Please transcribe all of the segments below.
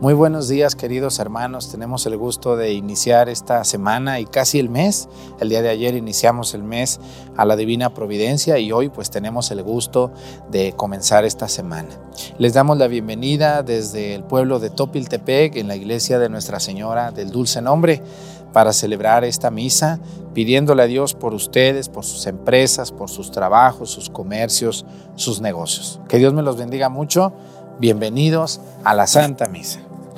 Muy buenos días, queridos hermanos. Tenemos el gusto de iniciar esta semana y casi el mes. El día de ayer iniciamos el mes a la Divina Providencia y hoy pues tenemos el gusto de comenzar esta semana. Les damos la bienvenida desde el pueblo de Topiltepec en la iglesia de Nuestra Señora del Dulce Nombre para celebrar esta misa, pidiéndole a Dios por ustedes, por sus empresas, por sus trabajos, sus comercios, sus negocios. Que Dios me los bendiga mucho. Bienvenidos a la Santa Misa.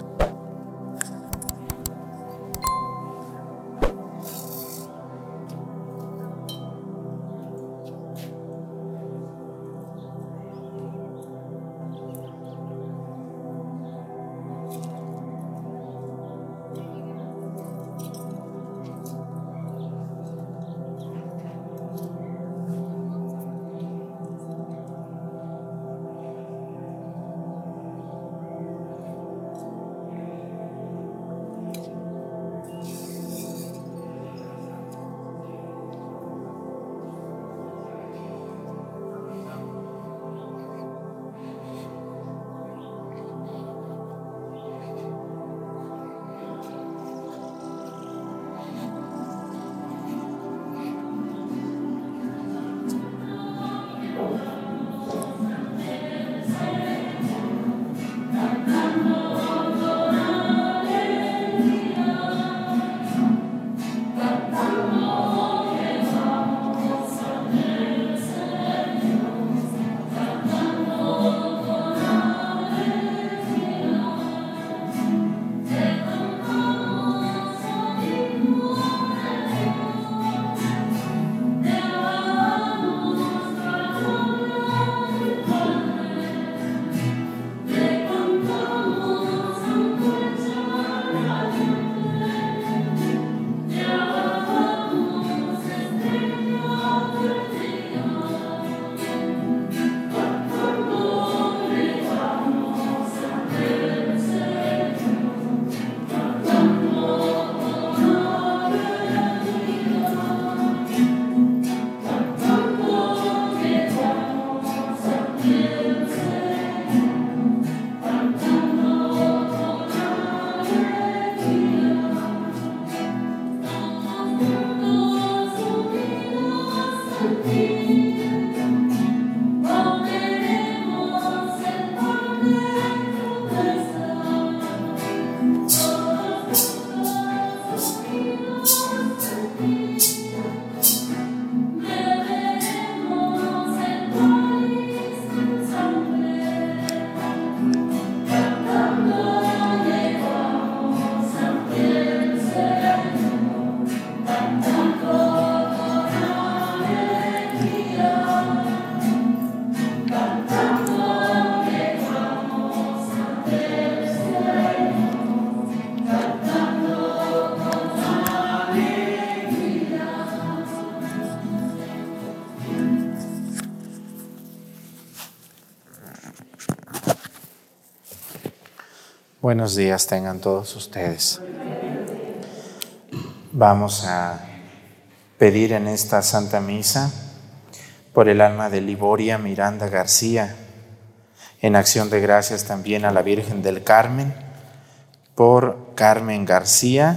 Buenos días tengan todos ustedes. Vamos a pedir en esta Santa Misa por el alma de Liboria Miranda García, en acción de gracias también a la Virgen del Carmen, por Carmen García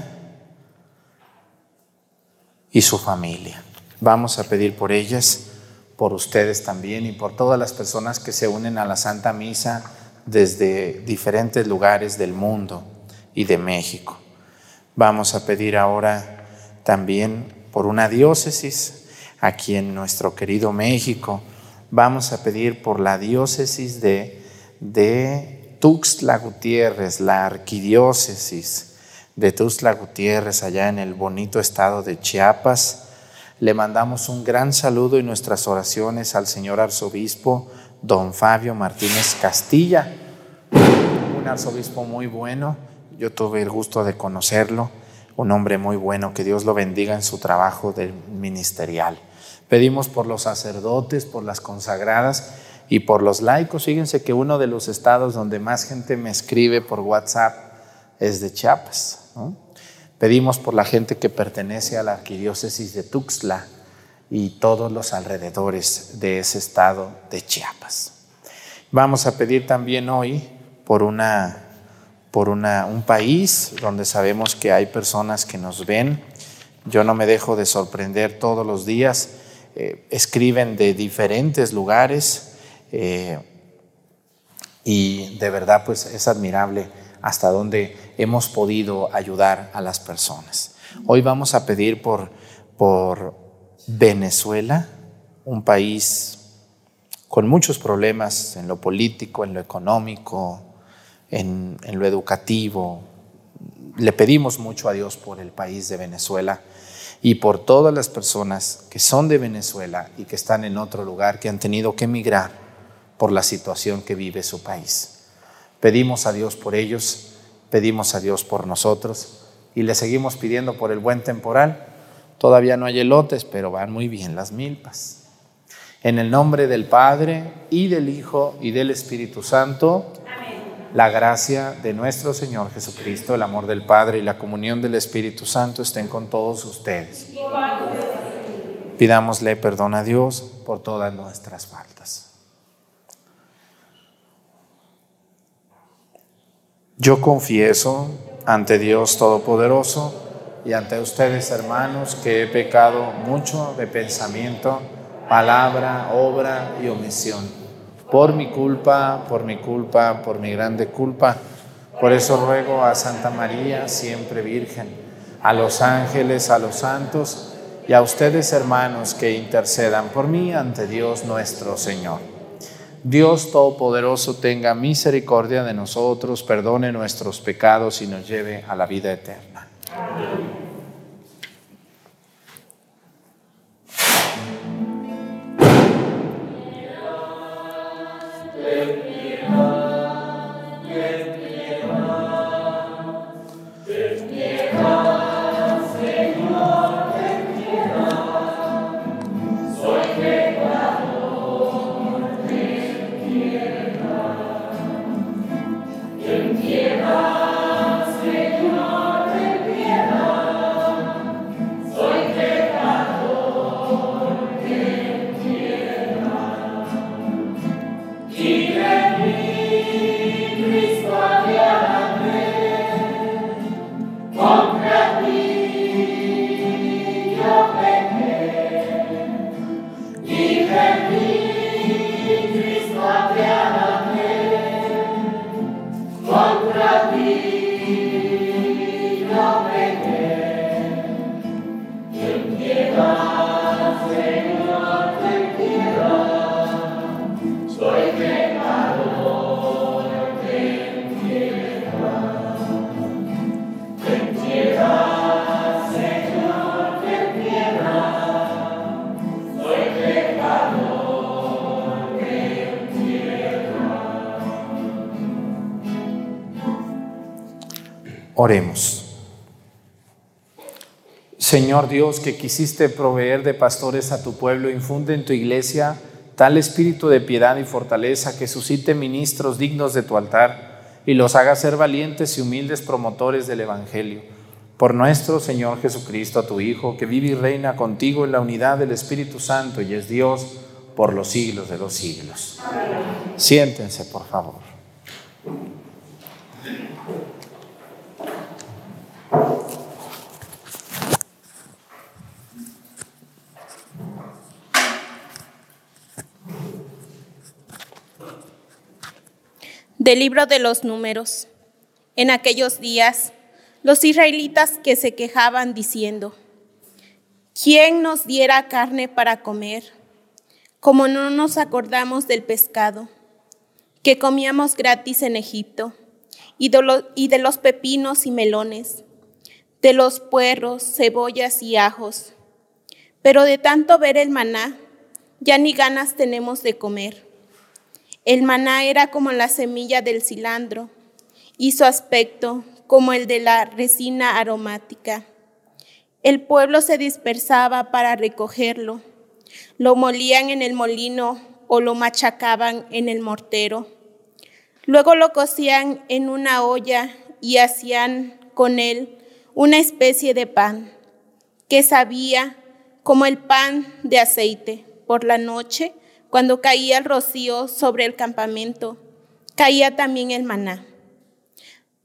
y su familia. Vamos a pedir por ellas, por ustedes también y por todas las personas que se unen a la Santa Misa desde diferentes lugares del mundo y de México. Vamos a pedir ahora también por una diócesis aquí en nuestro querido México. Vamos a pedir por la diócesis de Tuxtla Gutiérrez, la arquidiócesis de Tuxtla Gutiérrez, allá en el bonito estado de Chiapas. Le mandamos un gran saludo y nuestras oraciones al señor arzobispo don Fabio Martínez Castilla, un arzobispo muy bueno. Yo tuve el gusto de conocerlo, un hombre muy bueno, que Dios lo bendiga en su trabajo ministerial. Pedimos por los sacerdotes, por las consagradas y por los laicos. Fíjense que uno de los estados donde más gente me escribe por WhatsApp es de Chiapas, ¿no? Pedimos por la gente que pertenece a la arquidiócesis de Tuxtla y todos los alrededores de ese estado de Chiapas. Vamos a pedir también hoy por por un país donde sabemos que hay personas que nos ven. Yo no me dejo de sorprender todos los días. Escriben de diferentes lugares y de verdad pues es admirable hasta dónde hemos podido ayudar a las personas. Hoy vamos a pedir por Venezuela, un país con muchos problemas en lo político, en lo económico, en lo educativo. Le pedimos mucho a Dios por el país de Venezuela y por todas las personas que son de Venezuela y que están en otro lugar, que han tenido que emigrar por la situación que vive su país. Pedimos a Dios por ellos, pedimos a Dios por nosotros y le seguimos pidiendo por el buen temporal. Todavía no hay elotes, pero van muy bien las milpas. En el nombre del Padre, y del Hijo, y del Espíritu Santo. Amén. La gracia de nuestro Señor Jesucristo, el amor del Padre y la comunión del Espíritu Santo estén con todos ustedes. Pidámosle perdón a Dios por todas nuestras faltas. Yo confieso ante Dios Todopoderoso y ante ustedes, hermanos, que he pecado mucho de pensamiento, palabra, obra y omisión. Por mi culpa, por mi grande culpa. Por eso ruego a Santa María, siempre Virgen, a los ángeles, a los santos y a ustedes, hermanos, que intercedan por mí ante Dios nuestro Señor. Dios Todopoderoso tenga misericordia de nosotros, perdone nuestros pecados y nos lleve a la vida eterna. Amén. Oremos. Señor Dios, que quisiste proveer de pastores a tu pueblo, infunde en tu iglesia tal espíritu de piedad y fortaleza que suscite ministros dignos de tu altar y los haga ser valientes y humildes promotores del Evangelio. Por nuestro Señor Jesucristo, tu Hijo, que vive y reina contigo en la unidad del Espíritu Santo y es Dios por los siglos de los siglos. Amén. Siéntense, por favor. Del libro de los Números. En aquellos días, los israelitas que se quejaban diciendo: ¿quién nos diera carne para comer? Como no nos acordamos del pescado que comíamos gratis en Egipto, y de los pepinos y melones, de los puerros, cebollas y ajos. Pero de tanto ver el maná, ya ni ganas tenemos de comer. El maná era como la semilla del cilantro, y su aspecto como el de la resina aromática. El pueblo se dispersaba para recogerlo, lo molían en el molino o lo machacaban en el mortero. Luego lo cocían en una olla y hacían con él una especie de pan, que sabía como el pan de aceite. Por la noche, cuando caía el rocío sobre el campamento, caía también el maná.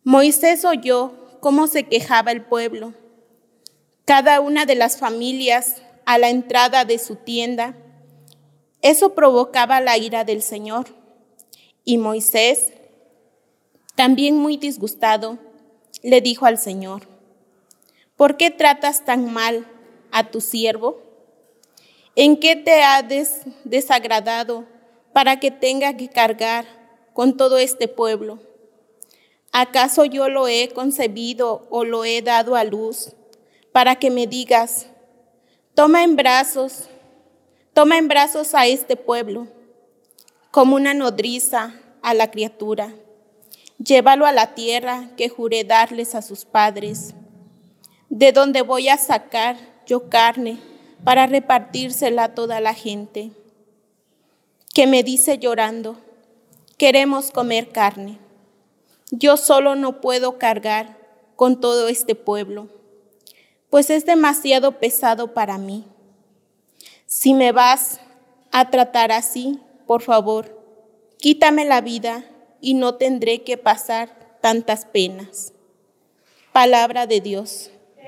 Moisés oyó cómo se quejaba el pueblo, cada una de las familias a la entrada de su tienda. Eso provocaba la ira del Señor. Y Moisés, también muy disgustado, le dijo al Señor: ¿por qué tratas tan mal a tu siervo? ¿En qué te ha desagradado para que tenga que cargar con todo este pueblo? ¿Acaso yo lo he concebido o lo he dado a luz para que me digas: toma en brazos a este pueblo, como una nodriza a la criatura? Llévalo a la tierra que juré darles a sus padres, de donde voy a sacar yo carne para repartírsela a toda la gente, que me dice llorando: queremos comer carne. Yo solo no puedo cargar con todo este pueblo, pues es demasiado pesado para mí. Si me vas a tratar así, por favor, quítame la vida y no tendré que pasar tantas penas. Palabra de Dios.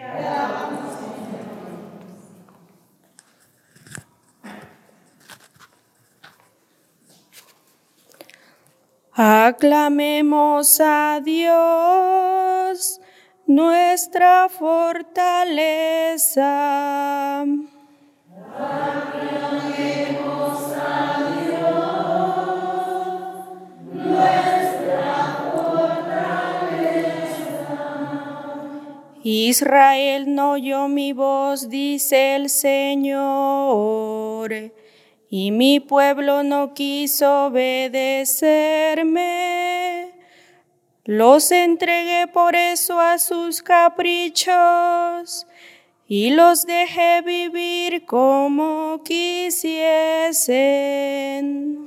Aclamemos a Dios, nuestra fortaleza. Aclamemos a Dios, nuestra fortaleza. Israel no oyó mi voz, dice el Señor, y mi pueblo no quiso obedecerme. Los entregué por eso a sus caprichos y los dejé vivir como quisiesen.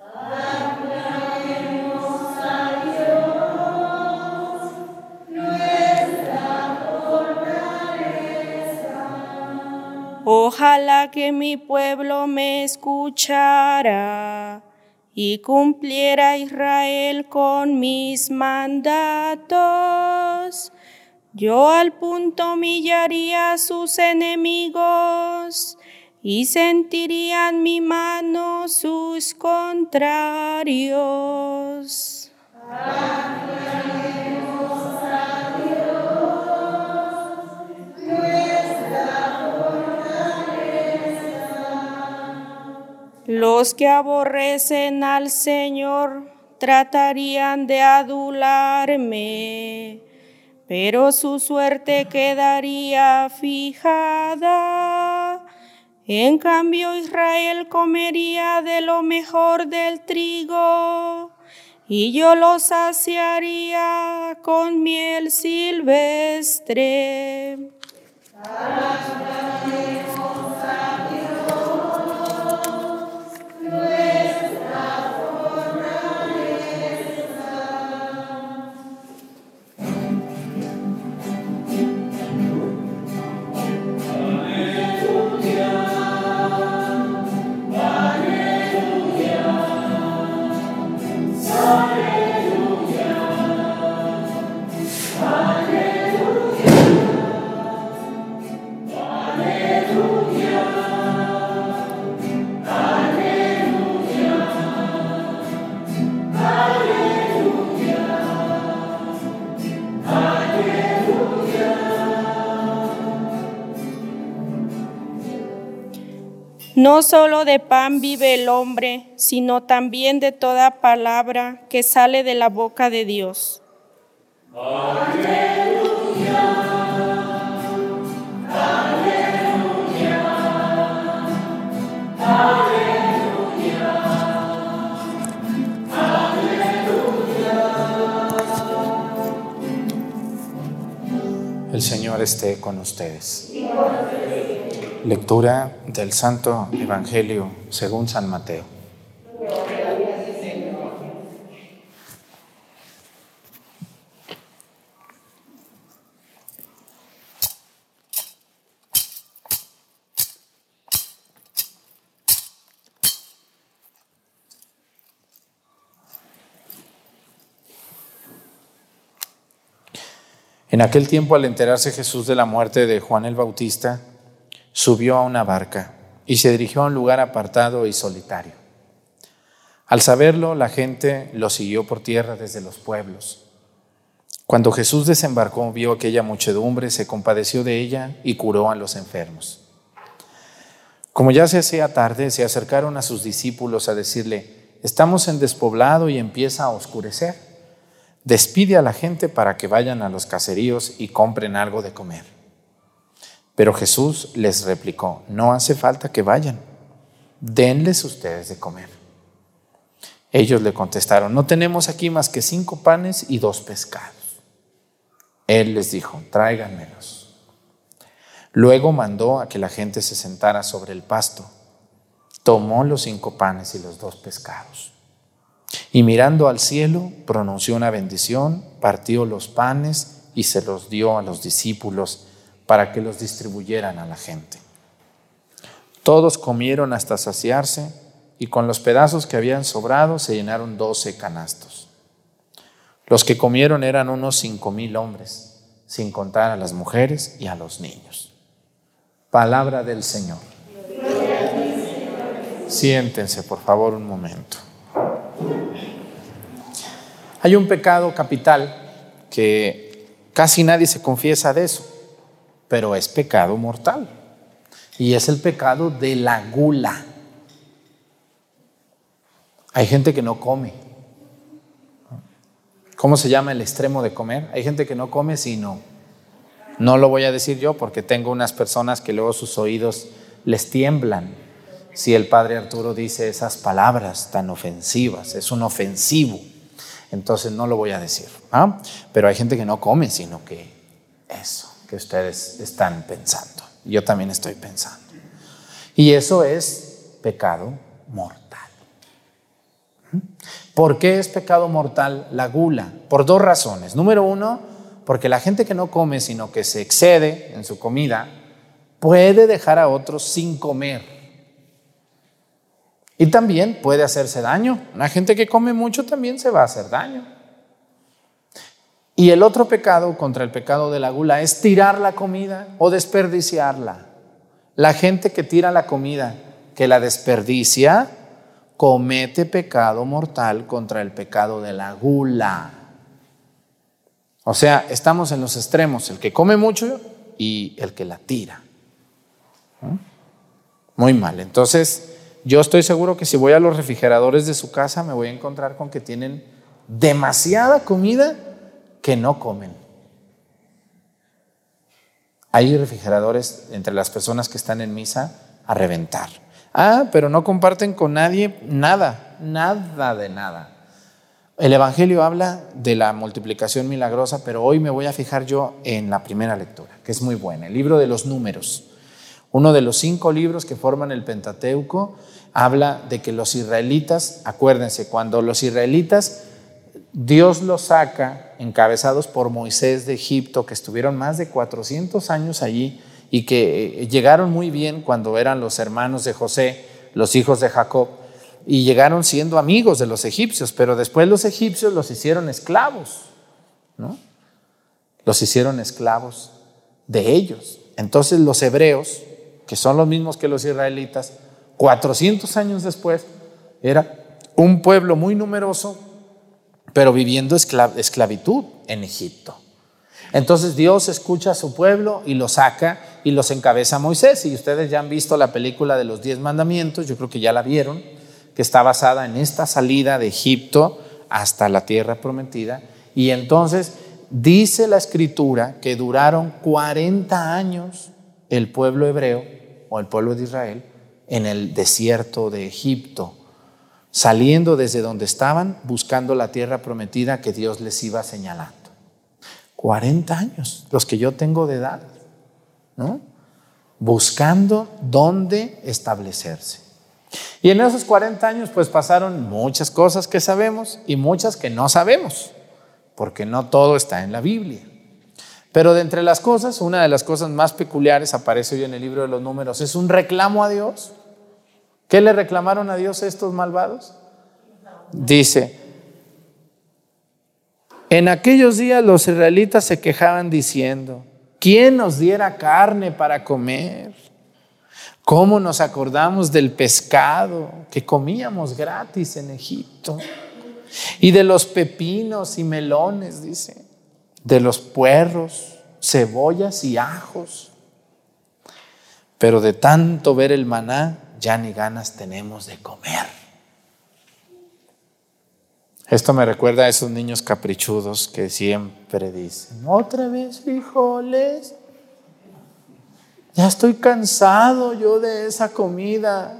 Aclamemos a Dios, nuestra fortaleza. Ojalá que mi pueblo me escuchara y cumpliera Israel con mis mandatos. Yo al punto humillaría a sus enemigos y sentirían mi mano sus contrarios. Aclamemos a Dios, nuestra fortaleza. Los que aborrecen al Señor tratarían de adularme, pero su suerte quedaría fijada. En cambio, Israel comería de lo mejor del trigo, y yo los saciaría con miel silvestre. Aclamemos a Dios, nuestra fortaleza. No solo de pan vive el hombre, sino también de toda palabra que sale de la boca de Dios. Aleluya, aleluya, aleluya, aleluya. El Señor esté con ustedes. Lectura del Santo Evangelio según San Mateo. En aquel tiempo, al enterarse Jesús de la muerte de Juan el Bautista, subió a una barca y se dirigió a un lugar apartado y solitario. Al saberlo, la gente lo siguió por tierra desde los pueblos. Cuando Jesús desembarcó, vio aquella muchedumbre, se compadeció de ella y curó a los enfermos. Como ya se hacía tarde, se acercaron a sus discípulos a decirle: estamos en despoblado y empieza a oscurecer. Despide a la gente para que vayan a los caseríos y compren algo de comer. Pero Jesús les replicó: no hace falta que vayan, denles ustedes de comer. Ellos le contestaron: no tenemos aquí más que 5 panes y 2 pescados. Él les dijo: tráiganmelos. Luego mandó a que la gente se sentara sobre el pasto. Tomó los 5 panes y los 2 pescados. Y mirando al cielo, pronunció una bendición, partió los panes y se los dio a los discípulos para que los distribuyeran a la gente. Todos comieron hasta saciarse y con los pedazos que habían sobrado se llenaron 12 canastos. Los que comieron eran unos 5,000 hombres, sin contar a las mujeres y a los niños. Palabra del Señor. Siéntense, por favor, un momento. Hay un pecado capital que casi nadie se confiesa de eso, pero es pecado mortal, y es el pecado de la gula. Hay gente que no come. ¿Cómo se llama el extremo de comer? Hay gente que no come sino, no lo voy a decir yo porque tengo unas personas que luego sus oídos les tiemblan si el padre Arturo dice esas palabras tan ofensivas. Es un ofensivo, entonces no lo voy a decir, ¿ah? Pero hay gente que no come sino que eso que ustedes están pensando, yo también estoy pensando, y eso es pecado mortal. ¿Por qué es pecado mortal la gula? Por 2 razones. Número 1, porque la gente que no come sino que se excede en su comida puede dejar a otros sin comer, y también puede hacerse daño. Una gente que come mucho también se va a hacer daño. Y el otro pecado contra el pecado de la gula es tirar la comida o desperdiciarla. La gente que tira la comida, que la desperdicia, comete pecado mortal contra el pecado de la gula. O sea, estamos en los extremos, el que come mucho y el que la tira. Muy mal. Entonces, yo estoy seguro que si voy a los refrigeradores de su casa me voy a encontrar con que tienen demasiada comida que no comen. Hay refrigeradores entre las personas que están en misa a reventar. Pero no comparten con nadie nada de nada. El Evangelio habla de la multiplicación milagrosa, pero hoy me voy a fijar yo en la primera lectura, que es muy buena, el libro de los Números. Uno de los 5 libros que forman el Pentateuco habla de que los israelitas, acuérdense, cuando los israelitas, Dios los saca encabezados por Moisés de Egipto, que estuvieron más de 400 años allí, y que llegaron muy bien cuando eran los hermanos de José, los hijos de Jacob, y llegaron siendo amigos de los egipcios, pero después los egipcios los hicieron esclavos, ¿no? Los hicieron esclavos de ellos. Entonces los hebreos, que son los mismos que los israelitas, 400 años después, era un pueblo muy numeroso, pero viviendo esclavitud en Egipto. Entonces Dios escucha a su pueblo y lo saca y los encabeza a Moisés. Y ustedes ya han visto la película de los 10 mandamientos, yo creo que ya la vieron, que está basada en esta salida de Egipto hasta la tierra prometida. Y entonces dice la escritura que duraron 40 años el pueblo hebreo o el pueblo de Israel en el desierto de Egipto, saliendo desde donde estaban, buscando la tierra prometida que Dios les iba señalando. 40 años, los que yo tengo de edad, ¿no? Buscando dónde establecerse. Y en esos 40 años pues pasaron muchas cosas que sabemos y muchas que no sabemos, porque no todo está en la Biblia. Pero de entre las cosas, una de las cosas más peculiares, aparece hoy en el libro de los Números, es un reclamo a Dios. ¿Qué le reclamaron a Dios estos malvados? Dice, En aquellos días los israelitas se quejaban diciendo: ¿quién nos diera carne para comer? ¿Cómo nos acordamos del pescado que comíamos gratis en Egipto? Y de los pepinos y melones, dice, de los puerros, cebollas y ajos. Pero de tanto ver el maná, ya ni ganas tenemos de comer. Esto me recuerda a esos niños caprichudos que siempre dicen: otra vez frijoles, ya estoy cansado yo de esa comida.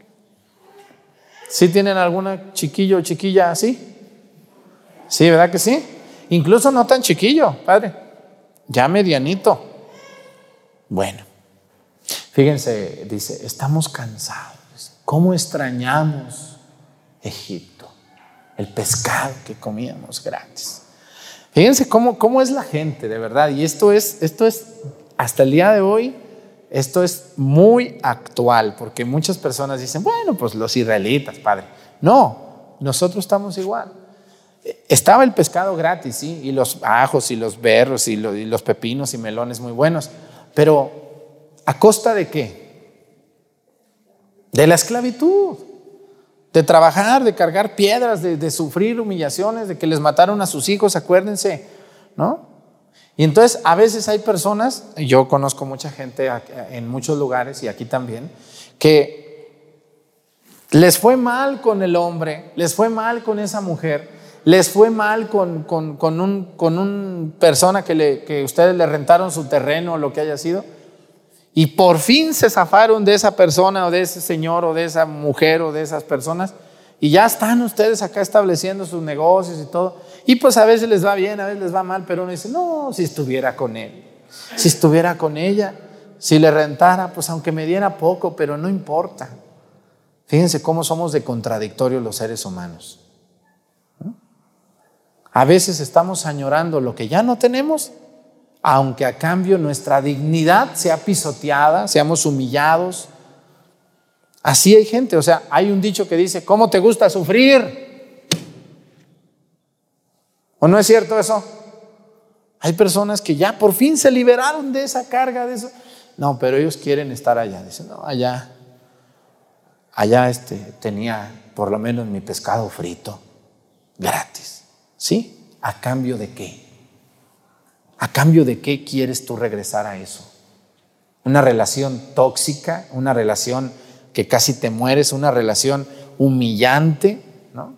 ¿Sí tienen alguna chiquillo o chiquilla así? Sí, ¿verdad que sí? Incluso no tan chiquillo, padre, ya medianito. Bueno, fíjense, dice, estamos cansados. ¿Cómo extrañamos Egipto? El pescado que comíamos gratis. Fíjense cómo es la gente, de verdad. Y esto es hasta el día de hoy, esto es muy actual, porque muchas personas dicen: bueno, pues los israelitas, padre. No, nosotros estamos igual. Estaba el pescado gratis, sí, y los ajos y los berros y los pepinos y melones muy buenos. Pero ¿a costa de qué? De la esclavitud. De trabajar, de cargar piedras, de sufrir humillaciones, de que les mataron a sus hijos, acuérdense, ¿no? Y entonces a veces hay personas, yo conozco mucha gente en muchos lugares y aquí también, que les fue mal con el hombre, les fue mal con esa mujer, les fue mal con una persona que ustedes le rentaron su terreno o lo que haya sido. Y por fin se zafaron de esa persona o de ese señor o de esa mujer o de esas personas, y ya están ustedes acá estableciendo sus negocios y todo. Y pues a veces les va bien, a veces les va mal, pero uno dice: no, si estuviera con él, si estuviera con ella, si le rentara, pues aunque me diera poco, pero no importa. Fíjense cómo somos de contradictorios los seres humanos. A veces estamos añorando lo que ya no tenemos, aunque a cambio nuestra dignidad sea pisoteada, seamos humillados. Así hay gente, o sea, hay un dicho que dice: ¿cómo te gusta sufrir? ¿O no es cierto eso? Hay personas que ya por fin se liberaron de esa carga, de eso. No, pero ellos quieren estar allá. Dicen: no, allá tenía por lo menos mi pescado frito gratis. ¿Sí? ¿A cambio de qué? ¿A cambio de qué quieres tú regresar a eso? Una relación tóxica, una relación que casi te mueres, una relación humillante, ¿no?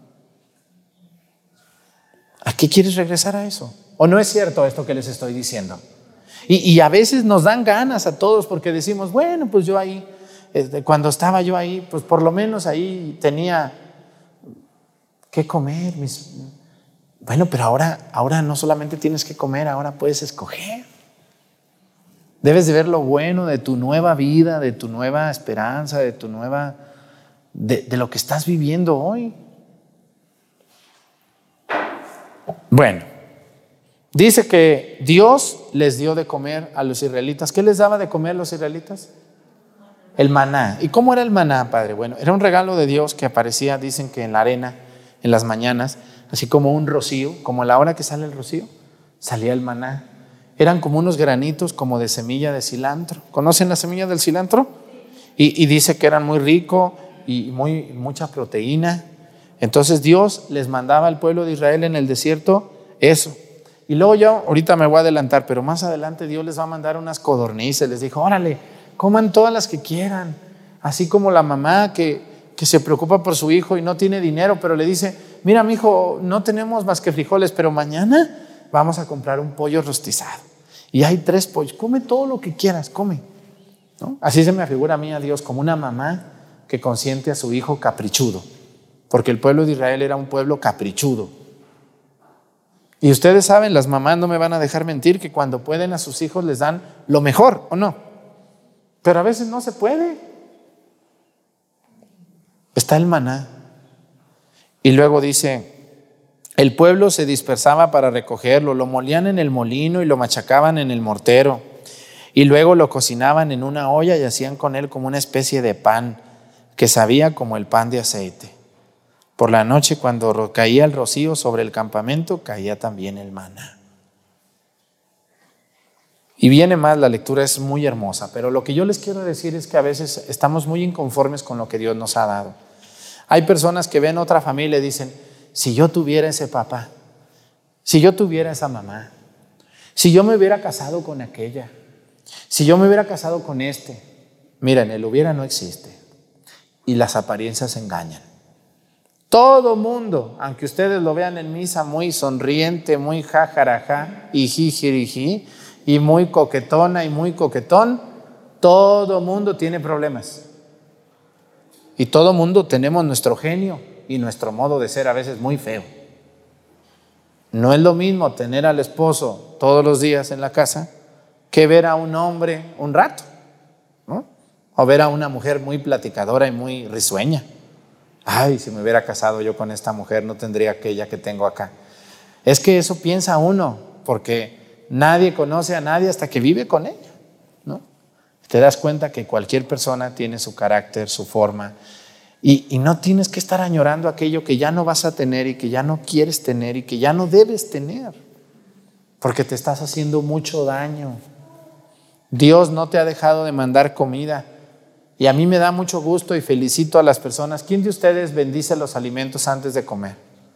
¿A qué quieres regresar a eso? ¿O no es cierto esto que les estoy diciendo? Y a veces nos dan ganas a todos porque decimos: bueno, pues yo ahí, cuando estaba yo ahí, pues por lo menos ahí tenía que comer. Bueno, pero ahora no solamente tienes que comer, ahora puedes escoger. Debes de ver lo bueno de tu nueva vida, de tu nueva esperanza, de lo que estás viviendo hoy. Bueno, dice que Dios les dio de comer a los israelitas. ¿Qué les daba de comer a los israelitas? El maná. ¿Y cómo era el maná, padre? Bueno, era un regalo de Dios que aparecía, dicen que en la arena, en las mañanas, así como un rocío, como a la hora que sale el rocío, salía el maná. Eran como unos granitos como de semilla de cilantro. ¿Conocen la semilla del cilantro? Y dice que eran muy ricos y mucha proteína. Entonces Dios les mandaba al pueblo de Israel en el desierto eso. Y luego yo, ahorita me voy a adelantar, pero más adelante Dios les va a mandar unas codornices. Les dijo: órale, coman todas las que quieran. Así como la mamá que se preocupa por su hijo y no tiene dinero, pero le dice: mira, mi hijo, no tenemos más que frijoles, pero mañana vamos a comprar un pollo rostizado. Y hay 3 pollos, come todo lo que quieras, come, ¿no? Así se me figura a mí a Dios, como una mamá que consiente a su hijo caprichudo, porque el pueblo de Israel era un pueblo caprichudo. Y ustedes saben, las mamás no me van a dejar mentir, que cuando pueden a sus hijos les dan lo mejor, ¿o no? Pero a veces no se puede. Está el maná. Y luego dice: el pueblo se dispersaba para recogerlo, lo molían en el molino y lo machacaban en el mortero, y luego lo cocinaban en una olla y hacían con él como una especie de pan que sabía como el pan de aceite. Por la noche, cuando caía el rocío sobre el campamento, caía también el maná. Y viene más, la lectura es muy hermosa, pero lo que yo les quiero decir es que a veces estamos muy inconformes con lo que Dios nos ha dado. Hay personas que ven otra familia y dicen, si yo tuviera ese papá, si yo tuviera esa mamá, si yo me hubiera casado con aquella, si yo me hubiera casado con este. Miren, el hubiera no existe y las apariencias engañan. Todo mundo, aunque ustedes lo vean en misa muy sonriente, muy jajarajá y jijiriji, y muy coquetona y muy coquetón, todo mundo tiene problemas. Y todo mundo tenemos nuestro genio y nuestro modo de ser a veces muy feo. No es lo mismo tener al esposo todos los días en la casa que ver a un hombre un rato, ¿no? O ver a una mujer muy platicadora y muy risueña. Ay, si me hubiera casado yo con esta mujer, no tendría aquella que tengo acá. Es que eso piensa uno, porque nadie conoce a nadie hasta que vive con ella, ¿no? Te das cuenta que cualquier persona tiene su carácter, su forma, y no tienes que estar añorando aquello que ya no vas a tener y que ya no quieres tener y que ya no debes tener, porque te estás haciendo mucho daño. Dios no te ha dejado de mandar comida, y a mí me da mucho gusto y felicito a las personas. ¿Quién de ustedes bendice los alimentos antes de comer?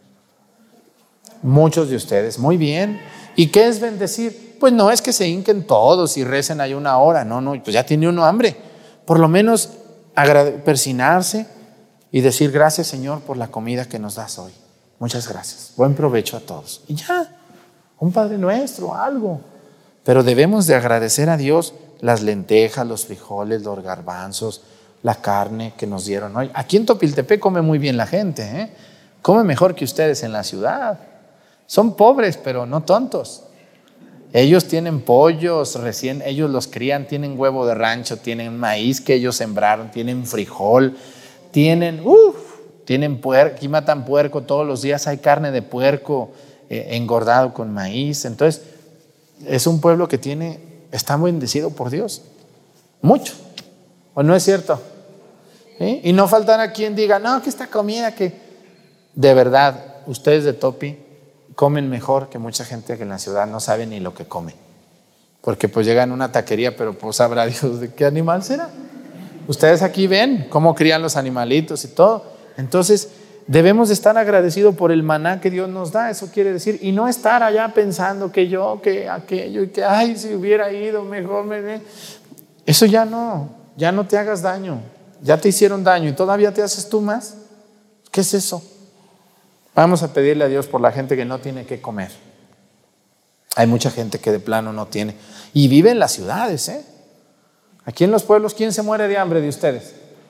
Muchos de ustedes, muy bien. ¿Y qué es bendecir? Pues no es que se hinquen todos y recen ahí una hora, no, pues ya tiene uno hambre. Por lo menos persinarse y decir gracias, Señor, por la comida que nos das hoy. Muchas gracias, buen provecho a todos. Y ya, un Padre Nuestro, algo. Pero debemos de agradecer a Dios las lentejas, los frijoles, los garbanzos, la carne que nos dieron hoy. Aquí en Topiltepec come muy bien la gente, ¿eh? Come mejor que ustedes en la ciudad. Son pobres, pero no tontos. Ellos tienen pollos, recién ellos los crían, tienen huevo de rancho, tienen maíz que ellos sembraron, tienen frijol, tienen puerco, aquí matan puerco todos los días, hay carne de puerco engordado con maíz. Entonces, es un pueblo que está bendecido por Dios, mucho. ¿O no es cierto? ¿Sí? Y no faltará quien diga, no, que esta comida que... De verdad, ustedes de Topi comen mejor que mucha gente que en la ciudad no sabe ni lo que come. Porque pues llegan a una taquería, pero pues sabrá Dios de qué animal será. Ustedes aquí ven cómo crían los animalitos y todo. Entonces debemos de estar agradecidos por el maná que Dios nos da. Eso quiere decir, y no estar allá pensando que yo, que aquello, y que ay, si hubiera ido mejor. Eso ya no te hagas daño. Ya te hicieron daño y todavía te haces tú más. ¿Qué es eso? Vamos a pedirle a Dios por la gente que no tiene que comer. Hay mucha gente que de plano no tiene. Y vive en las ciudades, ¿eh? Aquí en los pueblos, ¿quién se muere de hambre de ustedes?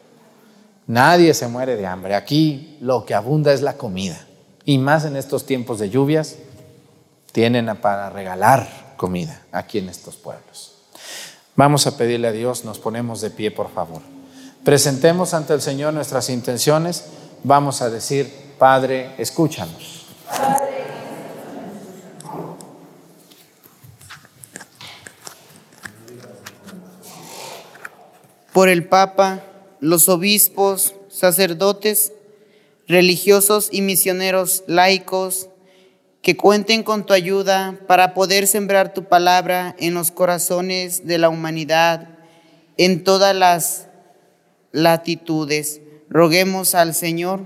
Nadie se muere de hambre. Aquí lo que abunda es la comida. Y más en estos tiempos de lluvias, tienen para regalar comida aquí en estos pueblos. Vamos a pedirle a Dios, nos ponemos de pie, por favor. Presentemos ante el Señor nuestras intenciones. Vamos a decir, Padre, escúchanos. Por el Papa, los obispos, sacerdotes, religiosos y misioneros laicos, que cuenten con tu ayuda para poder sembrar tu palabra en los corazones de la humanidad, en todas las latitudes. Roguemos al Señor.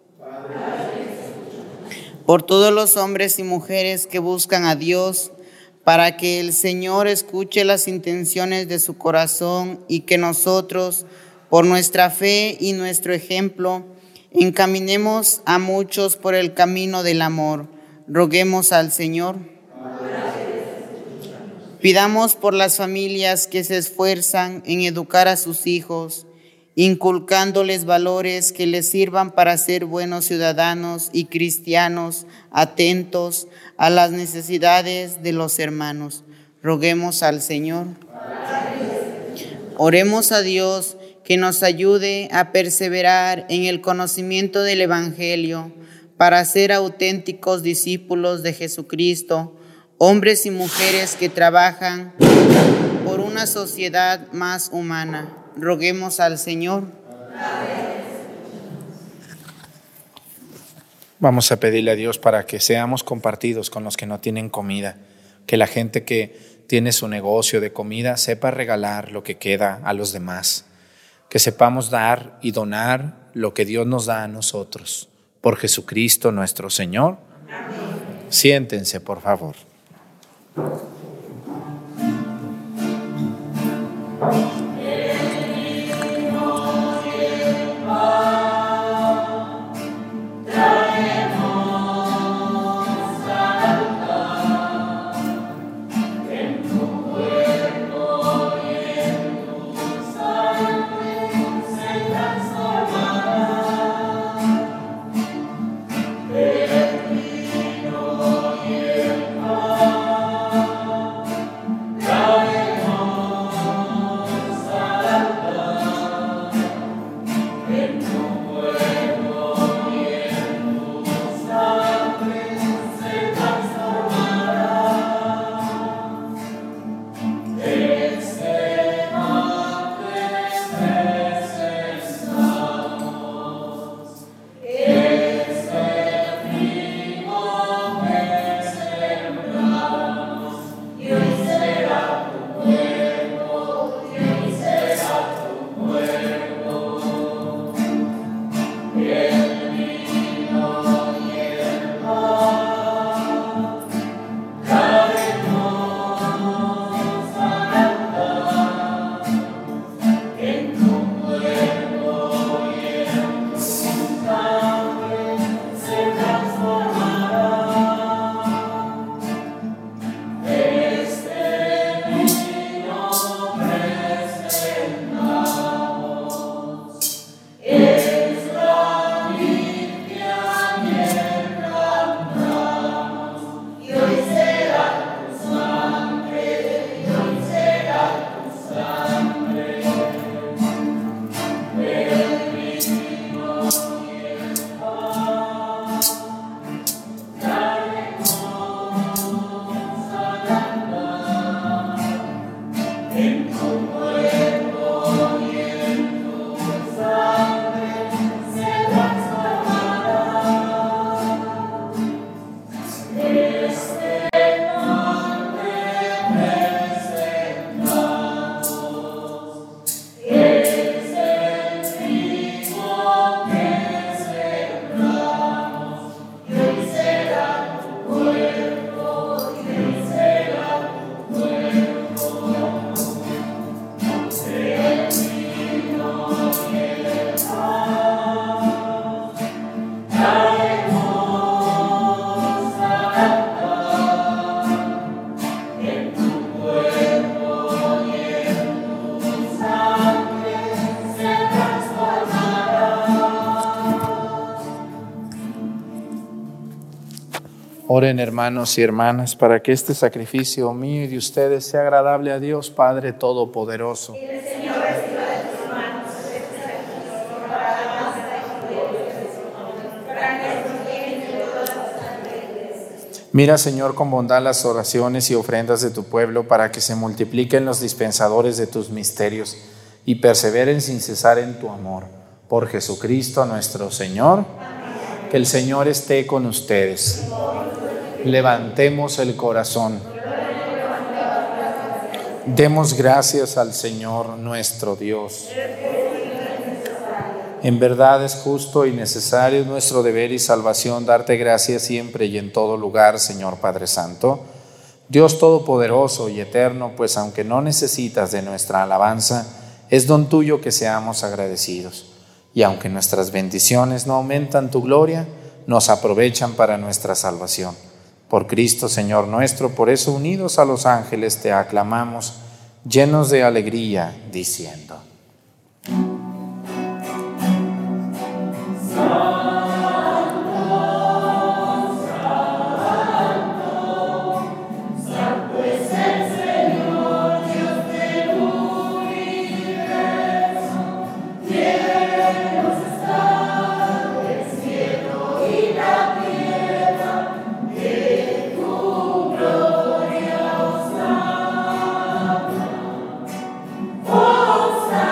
Por todos los hombres y mujeres que buscan a Dios, para que el Señor escuche las intenciones de su corazón y que nosotros, por nuestra fe y nuestro ejemplo, encaminemos a muchos por el camino del amor. Roguemos al Señor. Pidamos por las familias que se esfuerzan en educar a sus hijos, inculcándoles valores que les sirvan para ser buenos ciudadanos y cristianos, atentos a las necesidades de los hermanos. Roguemos al Señor. Oremos a Dios que nos ayude a perseverar en el conocimiento del Evangelio para ser auténticos discípulos de Jesucristo, hombres y mujeres que trabajan por una sociedad más humana. Roguemos al Señor. Vamos a pedirle a Dios para que seamos compartidos con los que no tienen comida, que la gente que tiene su negocio de comida sepa regalar lo que queda a los demás, que sepamos dar y donar lo que Dios nos da a nosotros. Por Jesucristo nuestro Señor. Amén. Siéntense, por favor. Oren, hermanos y hermanas, para que este sacrificio mío y de ustedes sea agradable a Dios Padre Todopoderoso. Mira, Señor, con bondad las oraciones y ofrendas de tu pueblo, para que se multipliquen los dispensadores de tus misterios y perseveren sin cesar en tu amor. Por Jesucristo nuestro Señor. Amén. Que el Señor esté con ustedes. Levantemos el corazón. Demos gracias al Señor nuestro Dios. En verdad es justo y necesario, nuestro deber y salvación, darte gracias siempre y en todo lugar, Señor Padre Santo, Dios Todopoderoso y Eterno, pues aunque no necesitas de nuestra alabanza, es don tuyo que seamos agradecidos. Y aunque nuestras bendiciones no aumentan tu gloria, nos aprovechan para nuestra salvación. Por Cristo, Señor nuestro, por eso unidos a los ángeles te aclamamos, llenos de alegría, diciendo: Hosanna.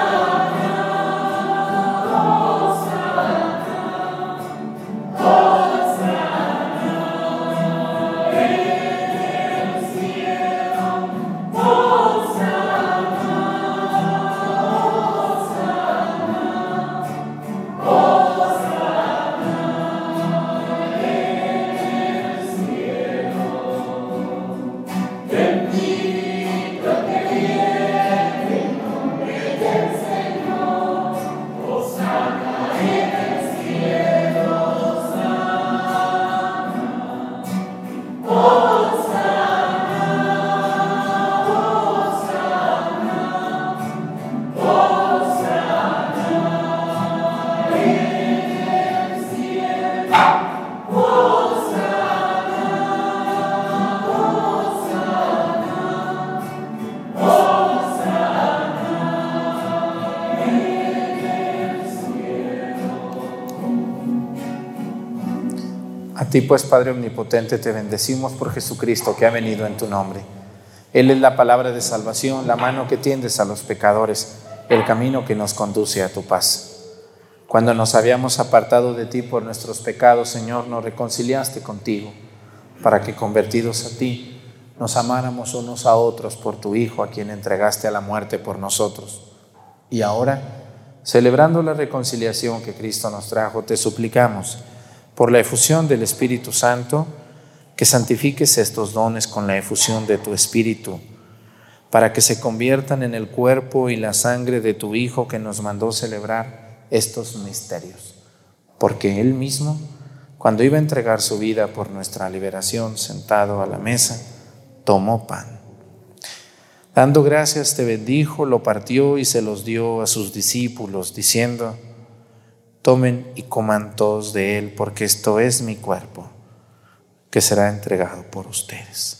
A ti pues, Padre omnipotente, te bendecimos por Jesucristo que ha venido en tu nombre. Él es la palabra de salvación, la mano que tiendes a los pecadores, el camino que nos conduce a tu paz. Cuando nos habíamos apartado de ti por nuestros pecados, Señor, nos reconciliaste contigo, para que convertidos a ti, nos amáramos unos a otros por tu Hijo, a quien entregaste a la muerte por nosotros. Y ahora, celebrando la reconciliación que Cristo nos trajo, te suplicamos, por la efusión del Espíritu Santo, que santifiques estos dones con la efusión de tu Espíritu, para que se conviertan en el cuerpo y la sangre de tu Hijo que nos mandó celebrar estos misterios. Porque Él mismo, cuando iba a entregar su vida por nuestra liberación, sentado a la mesa, tomó pan. Dando gracias, te bendijo, lo partió y se los dio a sus discípulos, diciendo: tomen y coman todos de él, porque esto es mi cuerpo, que será entregado por ustedes.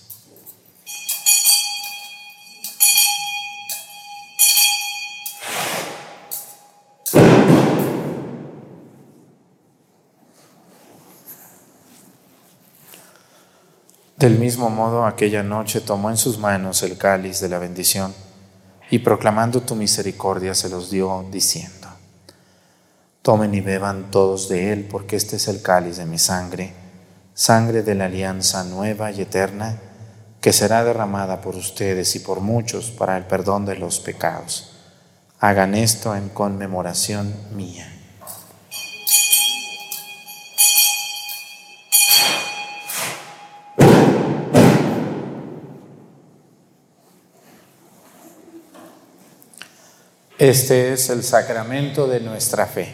Del mismo modo, aquella noche tomó en sus manos el cáliz de la bendición y proclamando tu misericordia se los dio, diciendo: tomen y beban todos de él, porque este es el cáliz de mi sangre, sangre de la alianza nueva y eterna, que será derramada por ustedes y por muchos para el perdón de los pecados. Hagan esto en conmemoración mía. Este es el sacramento de nuestra fe.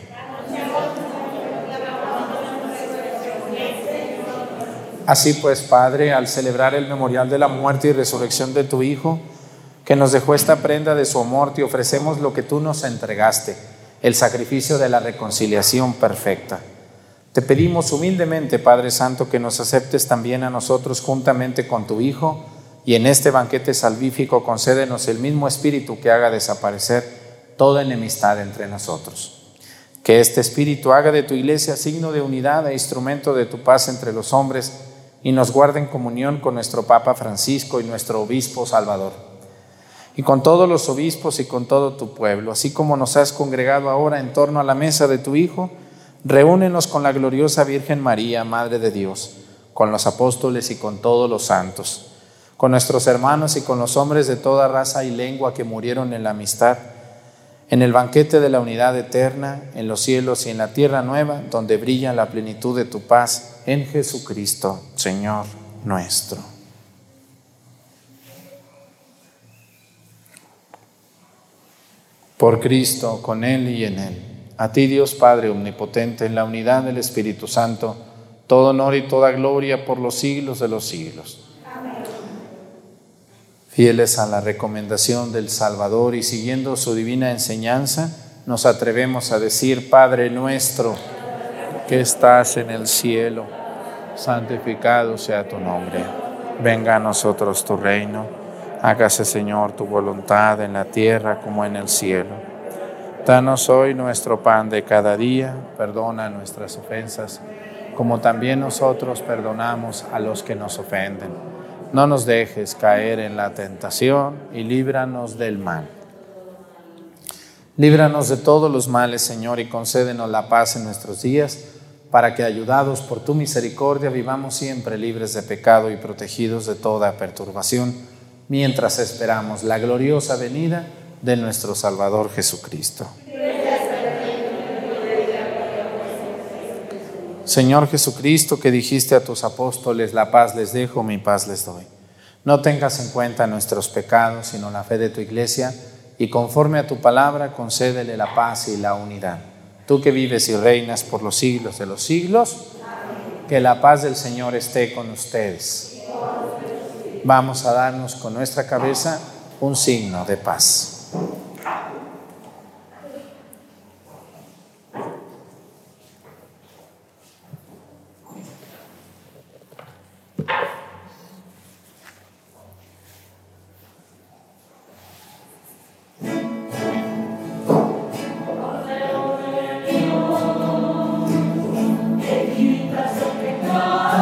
Así pues, Padre, al celebrar el memorial de la muerte y resurrección de tu Hijo, que nos dejó esta prenda de su amor, te ofrecemos lo que tú nos entregaste, el sacrificio de la reconciliación perfecta. Te pedimos humildemente, Padre Santo, que nos aceptes también a nosotros juntamente con tu Hijo, y en este banquete salvífico concédenos el mismo Espíritu que haga desaparecer toda enemistad entre nosotros. Que este Espíritu haga de tu Iglesia signo de unidad e instrumento de tu paz entre los hombres, y nos guarde en comunión con nuestro Papa Francisco y nuestro Obispo Salvador, y con todos los obispos y con todo tu pueblo. Así como nos has congregado ahora en torno a la mesa de tu Hijo, reúnenos con la gloriosa Virgen María, Madre de Dios, con los apóstoles y con todos los santos, con nuestros hermanos y con los hombres de toda raza y lengua que murieron en la amistad, en el banquete de la unidad eterna, en los cielos y en la tierra nueva, donde brilla la plenitud de tu paz, en Jesucristo, Señor nuestro. Por Cristo, con Él y en Él, a ti Dios Padre omnipotente, en la unidad del Espíritu Santo, todo honor y toda gloria por los siglos de los siglos. Fieles a la recomendación del Salvador y siguiendo su divina enseñanza, nos atrevemos a decir: Padre nuestro, que estás en el cielo, santificado sea tu nombre. Venga a nosotros tu reino. Hágase, Señor, tu voluntad en la tierra como en el cielo. Danos hoy nuestro pan de cada día. Perdona nuestras ofensas, como también nosotros perdonamos a los que nos ofenden. No nos dejes caer en la tentación y líbranos del mal. Líbranos de todos los males, Señor, y concédenos la paz en nuestros días, para que, ayudados por tu misericordia, vivamos siempre libres de pecado y protegidos de toda perturbación, mientras esperamos la gloriosa venida de nuestro Salvador Jesucristo. Señor Jesucristo, que dijiste a tus apóstoles: la paz les dejo, mi paz les doy. No tengas en cuenta nuestros pecados, sino la fe de tu Iglesia, y conforme a tu palabra, concédele la paz y la unidad. Tú que vives y reinas por los siglos de los siglos, que la paz del Señor esté con ustedes. Vamos a darnos con nuestra cabeza un signo de paz. Quitas el pecado.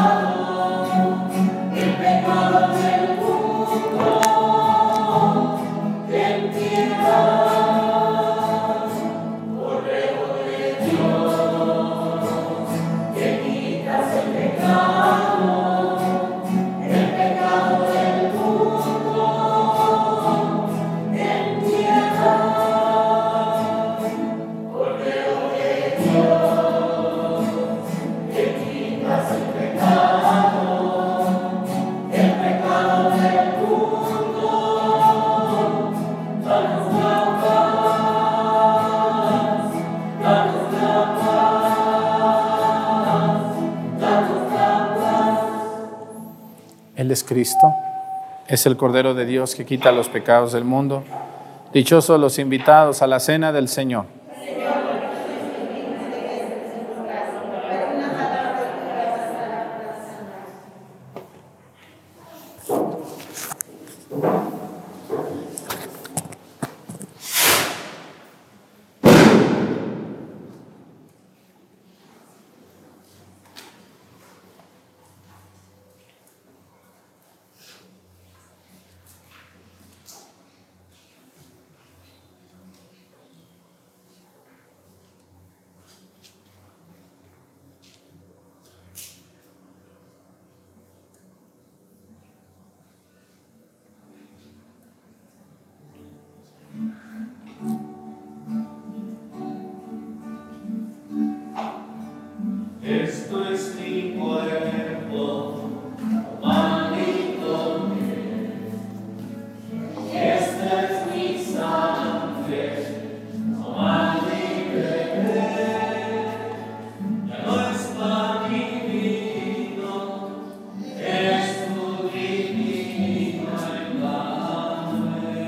Él es Cristo, es el Cordero de Dios que quita los pecados del mundo. Dichosos los invitados a la cena del Señor. Esto es mi cuerpo, pan y comer. Esta es mi sangre, tomad y beber. Ya no es pan y vino, es tu divino engaño.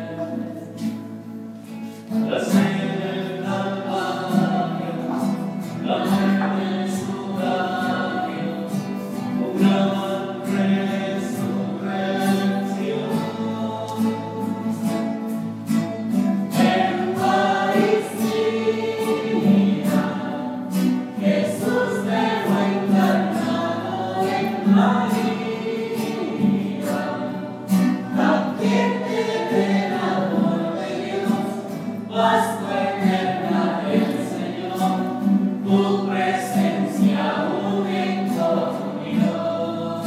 La sed del Calvario, la muerte en su labio, una resurrección. Eucaristía, Jesús verbo encarnado en María, banquete del amor de Dios, Pascua eterna del Señor, tu presencia aún en comunión.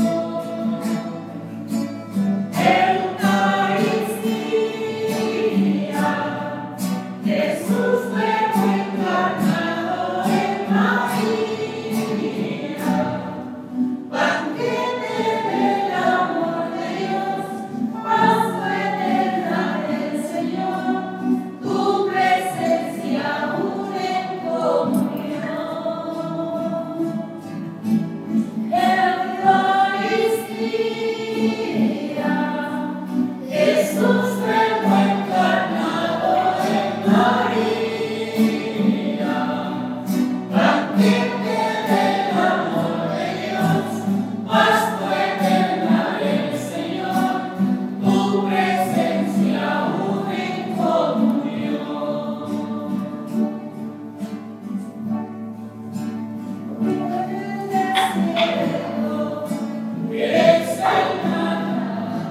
Eucaristía, Jesús verbo encarnado en María, banquete del amor de Dios, Pascua eterna del Señor, tu presencia aún en comunión. Eucaristía, Jesús verbo encarnado en María, banquete del amor de Dios, Pascua eterna del Señor, tu presencia aún en comunión. Esta y maná,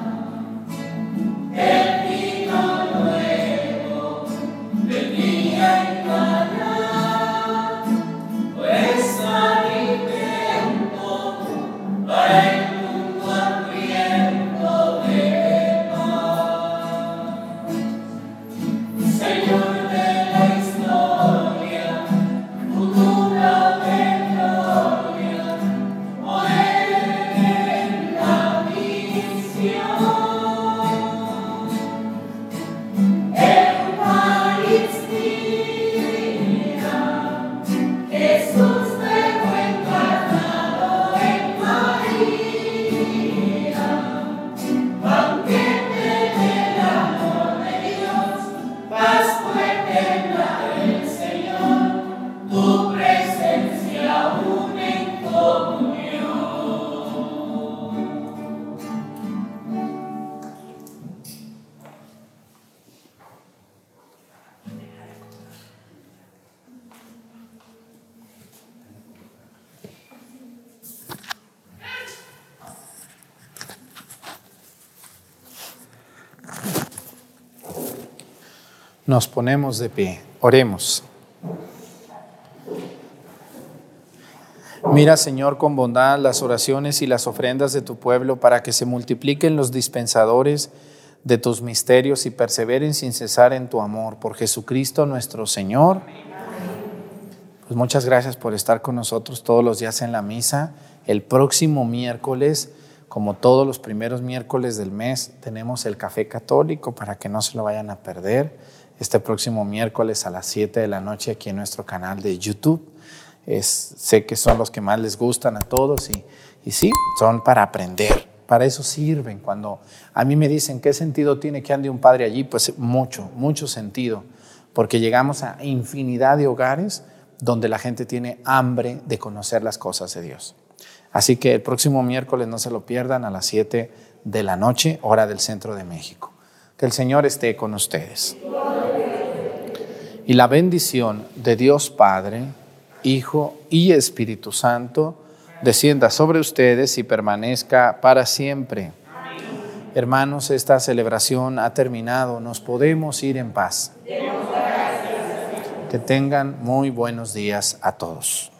el vino nuevo venía en Caná, pues alimento para el mundo hambriento de paz. Señor de la historia, futuro de gloria, muere en la misión. Eucaristía, Jesús verbo encarnado en María, banquete del amor de Dios, Pascua eterna del Señor, tu presencia aún en comunión. Nos ponemos de pie, oremos. Mira, Señor, con bondad las oraciones y las ofrendas de tu pueblo para que se multipliquen los dispensadores de tus misterios y perseveren sin cesar en tu amor. Por Jesucristo nuestro Señor. Pues muchas gracias por estar con nosotros todos los días en la misa. El próximo miércoles, como todos los primeros miércoles del mes, tenemos el café católico para que no se lo vayan a perder. Este próximo miércoles a las 7 de la noche aquí en nuestro canal de YouTube. Sé que son los que más les gustan a todos y sí, son para aprender. Para eso sirven. Cuando a mí me dicen qué sentido tiene que ande un padre allí, pues mucho sentido, porque llegamos a infinidad de hogares donde la gente tiene hambre de conocer las cosas de Dios. Así que el próximo miércoles no se lo pierdan a las 7 de la noche, hora del centro de México. Que el Señor esté con ustedes. Y la bendición de Dios Padre, Hijo y Espíritu Santo descienda sobre ustedes y permanezca para siempre. Hermanos, esta celebración ha terminado. Nos podemos ir en paz. Que tengan muy buenos días a todos.